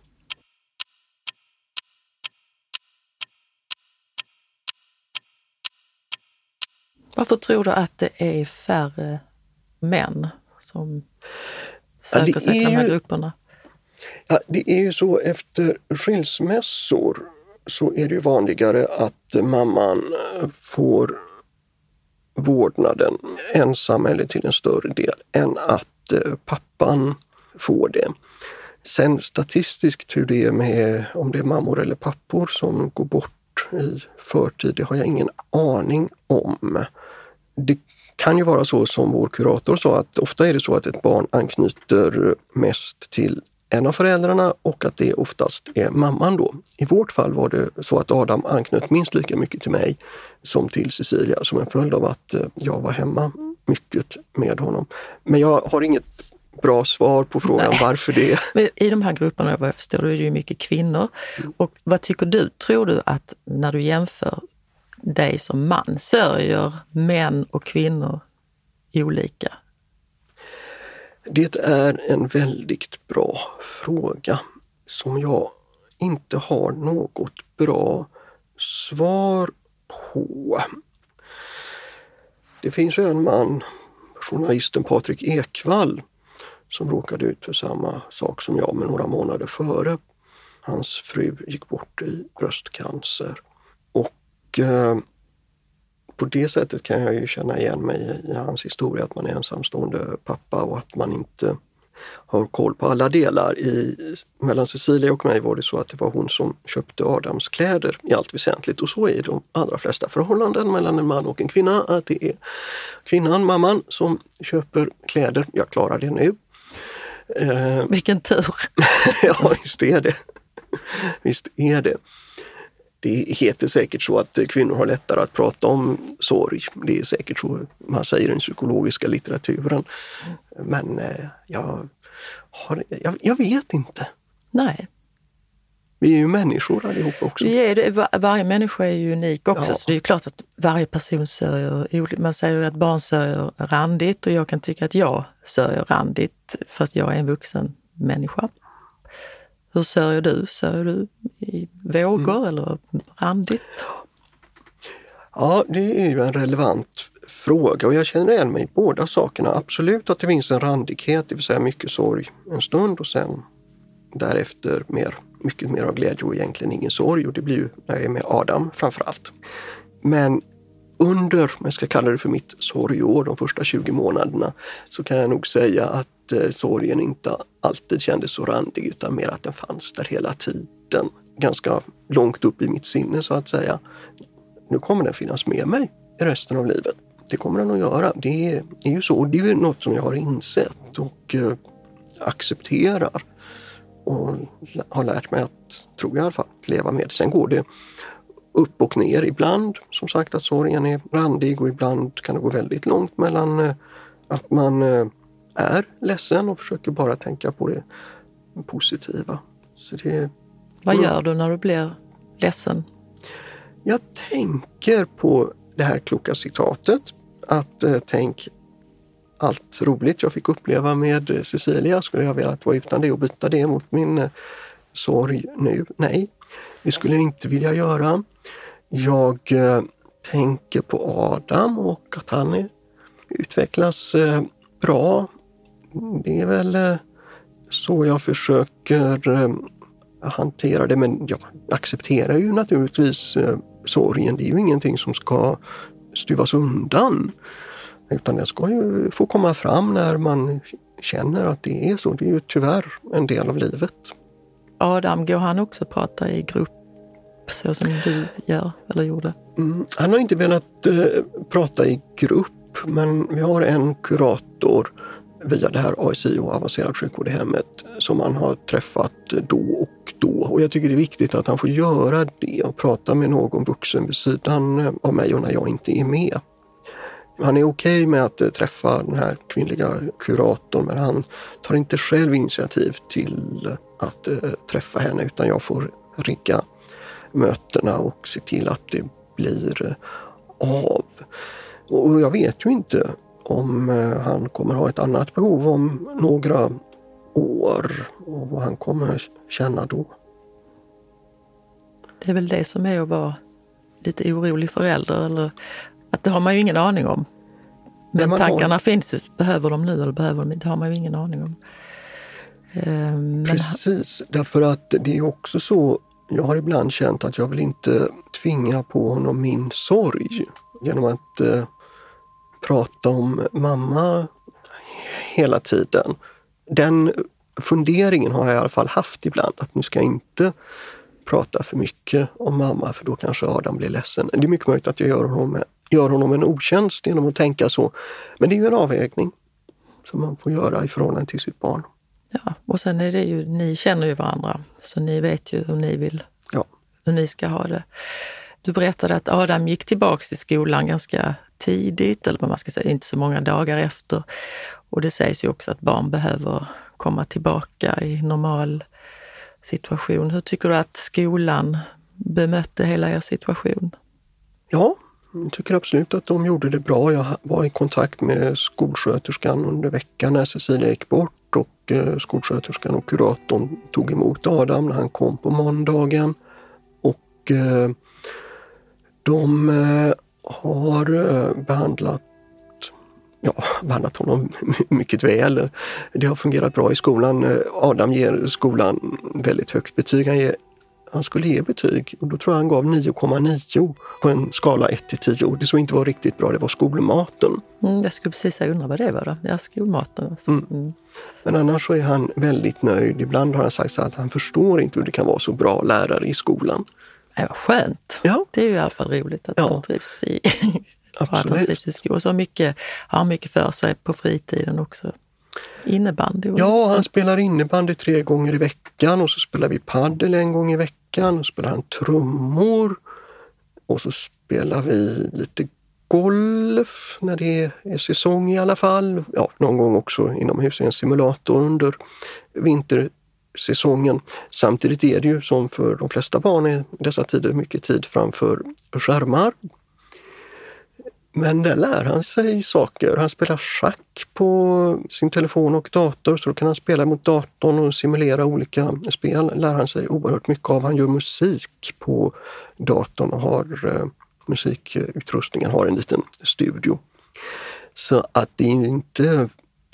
[SPEAKER 2] Varför tror du att det är färre män som söker ja, sig till de här grupperna?
[SPEAKER 3] Ja, det är ju så, efter skilsmässor så är det ju vanligare att mamman får vårdnaden ensam eller till en större del än att pappan får det. Sen statistiskt hur det är med om det är mammor eller pappor som går bort i förtid, det har jag ingen aning om. Det kan ju vara så som vår kurator sa, att ofta är det så att ett barn anknyter mest till en av föräldrarna och att det oftast är mamman då. I vårt fall var det så att Adam anknöt minst lika mycket till mig som till Cecilia, som en följd av att jag var hemma mycket med honom. Men jag har inget bra svar på frågan. Nej. Varför det.
[SPEAKER 2] Men i de här grupperna, vad jag förstår, det är ju mycket kvinnor. Mm. Och vad tycker du? Tror du att när du jämför dig som man, sörjer män och kvinnor olika?
[SPEAKER 3] Det är en väldigt bra fråga som jag inte har något bra svar på. Det finns ju en man, journalisten Patrik Ekwall, som råkade ut för samma sak som jag med några månader före. Hans fru gick bort i bröstcancer. Och eh, på det sättet kan jag ju känna igen mig i hans historia, att man är ensamstående pappa och att man inte har koll på alla delar. I, mellan Cecilia och mig var det så att det var hon som köpte Adams kläder i allt väsentligt. Och så är de allra flesta förhållanden mellan en man och en kvinna, att det är kvinnan, mamman, som köper kläder. Jag klarar det nu.
[SPEAKER 2] Eh, Vilken tur!
[SPEAKER 3] Ja, visst är det. Visst är det. Det heter säkert så att kvinnor har lättare att prata om sorg. Det är säkert så man säger i den psykologiska litteraturen. Men eh, jag, har, jag, jag vet inte.
[SPEAKER 2] Nej.
[SPEAKER 3] Vi är ju människor allihop också.
[SPEAKER 2] Vi är det, var, varje människa är ju unik också. Ja. Så det är ju klart att varje person sörjer. Man säger att barn sörjer randigt och jag kan tycka att jag sörjer randigt fast jag är en vuxen människa. Hur sörjer du? Sörjer du i vågor mm. eller randigt?
[SPEAKER 3] Ja, det är ju en relevant fråga och jag känner igen mig i båda sakerna. Absolut att det finns en randighet, det vill säga mycket sorg en stund och sen därefter mer, mycket mer av glädje och egentligen ingen sorg. Och det blir ju när jag är med Adam framförallt. Men under, om jag ska kalla det för mitt sorgår, de första tjugo månaderna, så kan jag nog säga att eh, sorgen inte alltid kändes så randig utan mer att den fanns där hela tiden. Ganska långt upp i mitt sinne så att säga. Nu kommer den finnas med mig i resten av livet. Det kommer den att göra. Det är, är ju så. Och det är ju något som jag har insett och eh, accepterar. Och har lärt mig att, tror jag i alla fall, att leva med. Sen går det upp och ner ibland. Som sagt att sorgen är randig och ibland kan det gå väldigt långt mellan eh, att man eh, är ledsen och försöker bara tänka på det positiva. Så det,
[SPEAKER 2] Vad gör du när du blir ledsen?
[SPEAKER 3] Jag tänker på det här kloka citatet. Att eh, tänk allt roligt jag fick uppleva med Cecilia. Skulle jag velat vara utan det och byta det mot min eh, sorg nu? Nej, det skulle jag inte vilja göra. Jag eh, tänker på Adam och att han är, utvecklas eh, bra. Det är väl eh, så jag försöker eh, hantera det. Men jag accepterar ju naturligtvis eh, sorgen. Det är ju ingenting som ska stuvas undan. Utan det ska ju få komma fram när man känner att det är så. Det är ju tyvärr en del av livet.
[SPEAKER 2] Adam, går han också prata i grupp så som du gör eller gjorde?
[SPEAKER 3] Mm, han har inte velat eh, prata i grupp, men vi har en kurator via det här A S I och avancerad sjukvård i hemmet som han har träffat då och då. Och jag tycker det är viktigt att han får göra det och prata med någon vuxen vid sidan av mig och när jag inte är med. Han är okej med att träffa den här kvinnliga kuratorn, men han tar inte själv initiativ till att uh, träffa henne, utan jag får rigga mötena och se till att det blir uh, av. Och jag vet ju inte om uh, han kommer ha ett annat behov om några år och vad han kommer känna då.
[SPEAKER 2] Det är väl det som är att vara lite orolig förälder, eller att det har man ju ingen aning om. Men tankarna har... finns, behöver de nu eller behöver de inte, det har man ju ingen aning om. Men...
[SPEAKER 3] Precis, därför att det är också så, jag har ibland känt att jag vill inte tvinga på honom min sorg genom att eh, prata om mamma hela tiden. Den funderingen har jag i alla fall haft ibland, att nu ska jag inte prata för mycket om mamma för då kanske Adam blir ledsen. Det är mycket möjligt att jag gör honom, gör honom en otjänst genom att tänka så. Men det är ju en avvägning som man får göra i förhållande till sitt barn.
[SPEAKER 2] Ja, och sen är det ju, ni känner ju varandra så ni vet ju hur ni vill,
[SPEAKER 3] ja.
[SPEAKER 2] hur ni ska ha det. Du berättade att Adam gick tillbaka till skolan ganska tidigt, eller vad man ska säga, inte så många dagar efter. Och det sägs ju också att barn behöver komma tillbaka i normal situation. Hur tycker du att skolan bemötte hela er situation?
[SPEAKER 3] Ja, jag tycker absolut att de gjorde det bra. Jag var i kontakt med skolsköterskan under veckan när Cecilia gick bort och skolsköterskan och kuratorn tog emot Adam när han kom på måndagen. Och de har behandlat Ja, behandlat honom mycket väl. Det har fungerat bra i skolan. Adam ger skolan väldigt högt betyg. Han, ger, han skulle ge betyg och då tror jag han gav nio komma nio på en skala ett till tio. Det som inte var riktigt bra, det var skolmaten.
[SPEAKER 2] Mm, jag skulle precis undra vad det var då. Ja, skolmaten. Alltså.
[SPEAKER 3] Mm. Mm. Men annars så är han väldigt nöjd. Ibland har han sagt så att han förstår inte hur det kan vara så bra lärare i skolan.
[SPEAKER 2] Det var skönt. Ja. Det är ju i alla fall roligt att ja. han trivs i... Absolut. Att han trivs i skolan. Så mycket, har mycket för sig på fritiden också. Innebandy.
[SPEAKER 3] Ja, han spelar innebandy tre gånger i veckan och så spelar vi paddel en gång i veckan. Och så spelar han trummor och så spelar vi lite golf när det är säsong i alla fall. Ja, någon gång också inomhus i en simulator under vintersäsongen. Samtidigt är det ju som för de flesta barn i dessa tider mycket tid framför skärmar. Men där lär han sig saker. Han spelar schack på sin telefon och dator, så då kan han spela mot datorn och simulera olika spel. Lär han sig oerhört mycket av. Han gör musik på datorn och har eh, musikutrustningen, har en liten studio. Så att det är inte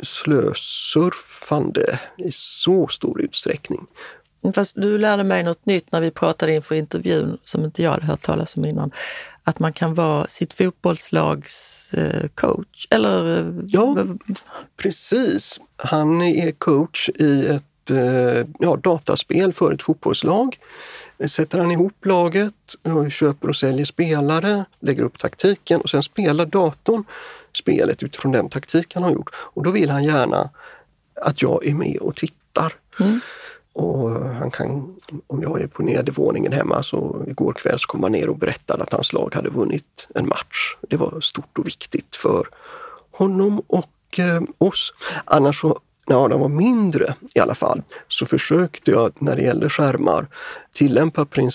[SPEAKER 3] slösurfande i så stor utsträckning.
[SPEAKER 2] Fast du lärde mig något nytt när vi pratade inför intervjun som inte jag hade hört talas om innan. Att man kan vara sitt fotbollslags coach. Eller...
[SPEAKER 3] Ja, precis. Han är coach i ett ja, dataspel för ett fotbollslag. Sätter han ihop laget, köper och säljer spelare, lägger upp taktiken och sen spelar datorn spelet utifrån den taktik han har gjort. Och då vill han gärna att jag är med och tittar. Mm. Och han kan, om jag är på nedervåningen hemma så igår kväll så kom han ner och berättade att hans lag hade vunnit en match. Det var stort och viktigt för honom och eh, oss. Annars så, när Adam var mindre i alla fall, så försökte jag när det gäller skärmar tillämpa principen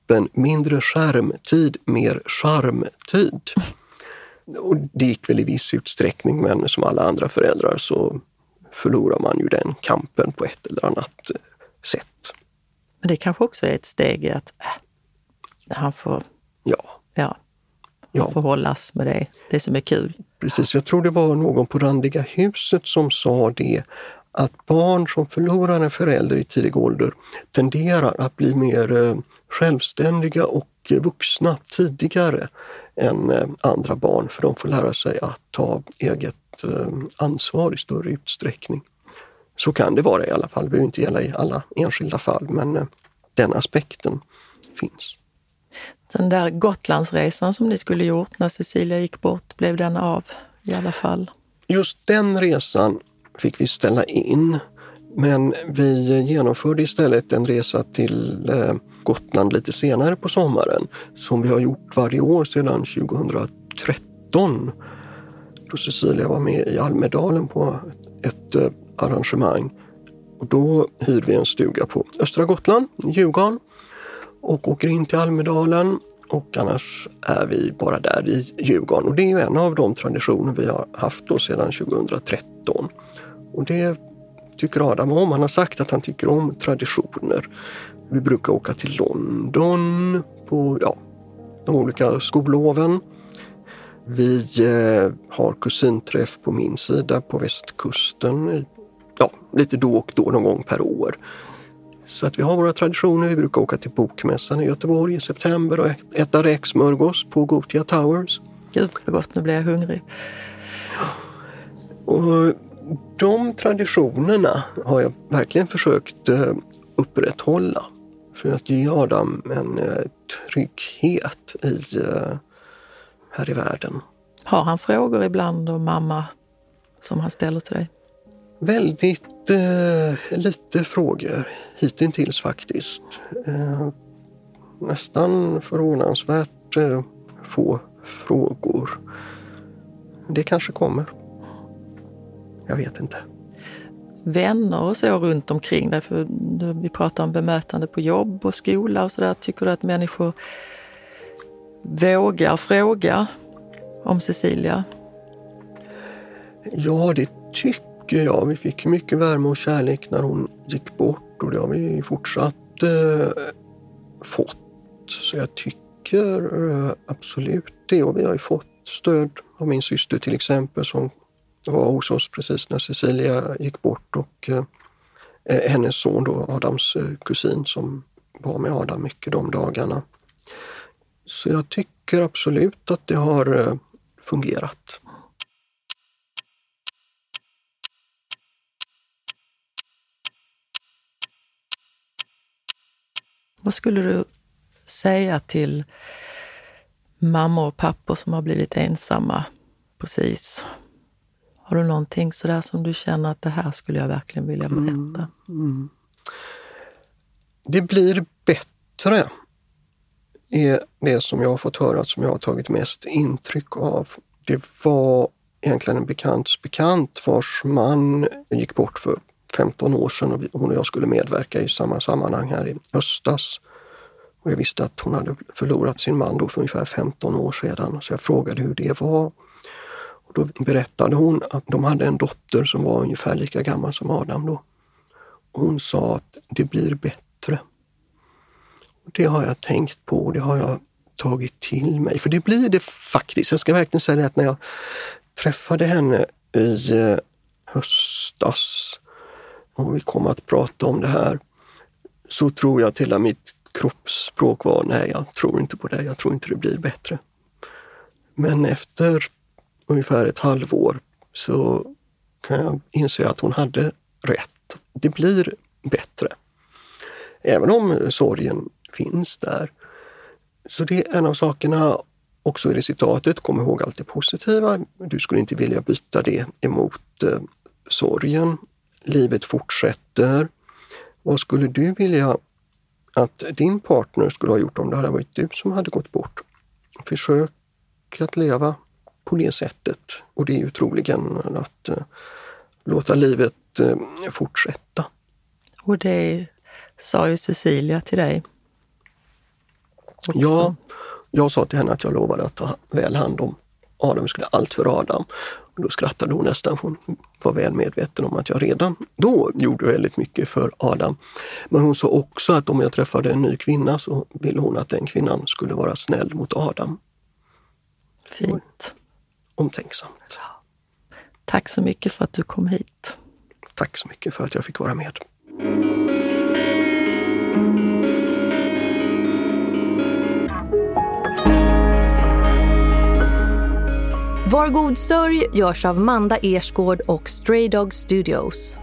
[SPEAKER 3] principen mindre skärmtid, mer charmtid. Och det gick väl i viss utsträckning, men som alla andra föräldrar så förlorar man ju den kampen på ett eller annat sätt.
[SPEAKER 2] Men det kanske också är ett steg i att äh, han får,
[SPEAKER 3] ja.
[SPEAKER 2] Ja,
[SPEAKER 3] ja.
[SPEAKER 2] får hållas med det, det som är kul.
[SPEAKER 3] Precis, jag tror det var någon på Randiga huset som sa det, att barn som förlorar en förälder i tidig ålder tenderar att bli mer självständiga och vuxna tidigare än andra barn, för de får lära sig att ta eget ansvar i större utsträckning. Så kan det vara i alla fall, det behöver inte gälla i alla enskilda fall, men den aspekten finns.
[SPEAKER 2] Den där Gotlandsresan som ni skulle gjort när Cecilia gick bort, blev den av i alla fall?
[SPEAKER 3] Just den resan fick vi ställa in, men vi genomförde istället en resa till Gotland lite senare på sommaren som vi har gjort varje år sedan tjugohundratretton, då Cecilia var med i Almedalen på ett arrangemang. Och då hyrde vi en stuga på Östra Gotland, Djurgården, och åker in till Almedalen, och annars är vi bara där i Djurgården. Och det är ju en av de traditioner vi har haft då sedan tjugohundratretton. Och det tycker Adam om. Han har sagt att han tycker om traditioner. Vi brukar åka till London på ja, de olika skolloven. Vi eh, har kusinträff på min sida på västkusten. Ja, lite då och då, någon gång per år. Så att vi har våra traditioner. Vi brukar åka till Bokmässan i Göteborg i september och äta räksmörgås på Gothia Towers.
[SPEAKER 2] Gud vad gott, nu blir jag hungrig.
[SPEAKER 3] Och de traditionerna har jag verkligen försökt upprätthålla för att ge Adam en trygghet i, här i världen.
[SPEAKER 2] Har han frågor ibland om mamma som han ställer till dig?
[SPEAKER 3] Väldigt eh, lite frågor hittills faktiskt. Eh, nästan förvånansvärt eh, få frågor. Det kanske kommer. Jag vet inte.
[SPEAKER 2] Vänner och så runt omkring dig, för vi pratar om bemötande på jobb och skola och sådär. Tycker du att människor vågar fråga om Cecilia?
[SPEAKER 3] Ja, det tycker jag. Vi fick mycket värme och kärlek när hon gick bort, och det har vi fortsatt eh, fått. Så jag tycker eh, absolut det. Och vi har ju fått stöd av min syster till exempel, som var hos oss precis när Cecilia gick bort, och eh, hennes son då, Adams eh, kusin, som var med Adam mycket de dagarna. Så jag tycker absolut att det har eh, fungerat.
[SPEAKER 2] Vad skulle du säga till mammor och pappor som har blivit ensamma precis? Har du någonting sådär som du känner att det här skulle jag verkligen vilja berätta?
[SPEAKER 3] Mm, mm. Det blir bättre är det som jag har fått höra, som jag har tagit mest intryck av. Det var egentligen en bekants bekant vars man gick bort för femton år sedan, och hon och jag skulle medverka i samma sammanhang här i höstas. Och jag visste att hon hade förlorat sin man då för ungefär femton år sedan, så jag frågade hur det var. Och då berättade hon att de hade en dotter som var ungefär lika gammal som Adam då. Och hon sa att det blir bättre. Och det har jag tänkt på, och det har jag tagit till mig. För det blir det faktiskt. Jag ska verkligen säga det, att när jag träffade henne i höstas och vi kom att prata om det här, så tror jag till att mitt kroppsspråk var: nej, jag tror inte på det. Jag tror inte det blir bättre. Men efter ungefär ett halvår så kan jag inse att hon hade rätt. Det blir bättre. Även om sorgen finns där. Så det är en av sakerna. Också i det citatet: kom ihåg allt det positiva. Du skulle inte vilja byta det emot eh, sorgen. Livet fortsätter. Vad skulle du vilja att din partner skulle ha gjort om det hade varit du som hade gått bort? Försök att leva på det sättet. Och det är ju troligen att eh, låta livet eh, fortsätta.
[SPEAKER 2] Och det sa ju Cecilia till dig. också.
[SPEAKER 3] Ja, jag sa till henne att jag lovade att ta väl hand om Adam. Vi skulle allt för Adam. Och då skrattade hon nästan. Hon var väl medveten om att jag redan då gjorde väldigt mycket för Adam. Men hon sa också att om jag träffade en ny kvinna så ville hon att den kvinnan skulle vara snäll mot Adam.
[SPEAKER 2] Fint.
[SPEAKER 3] Omtänksamt.
[SPEAKER 2] Tack så mycket för att du kom hit.
[SPEAKER 3] Tack så mycket för att jag fick vara med.
[SPEAKER 1] Var god sörj görs av Manda Ersgård och Stray Dog Studios.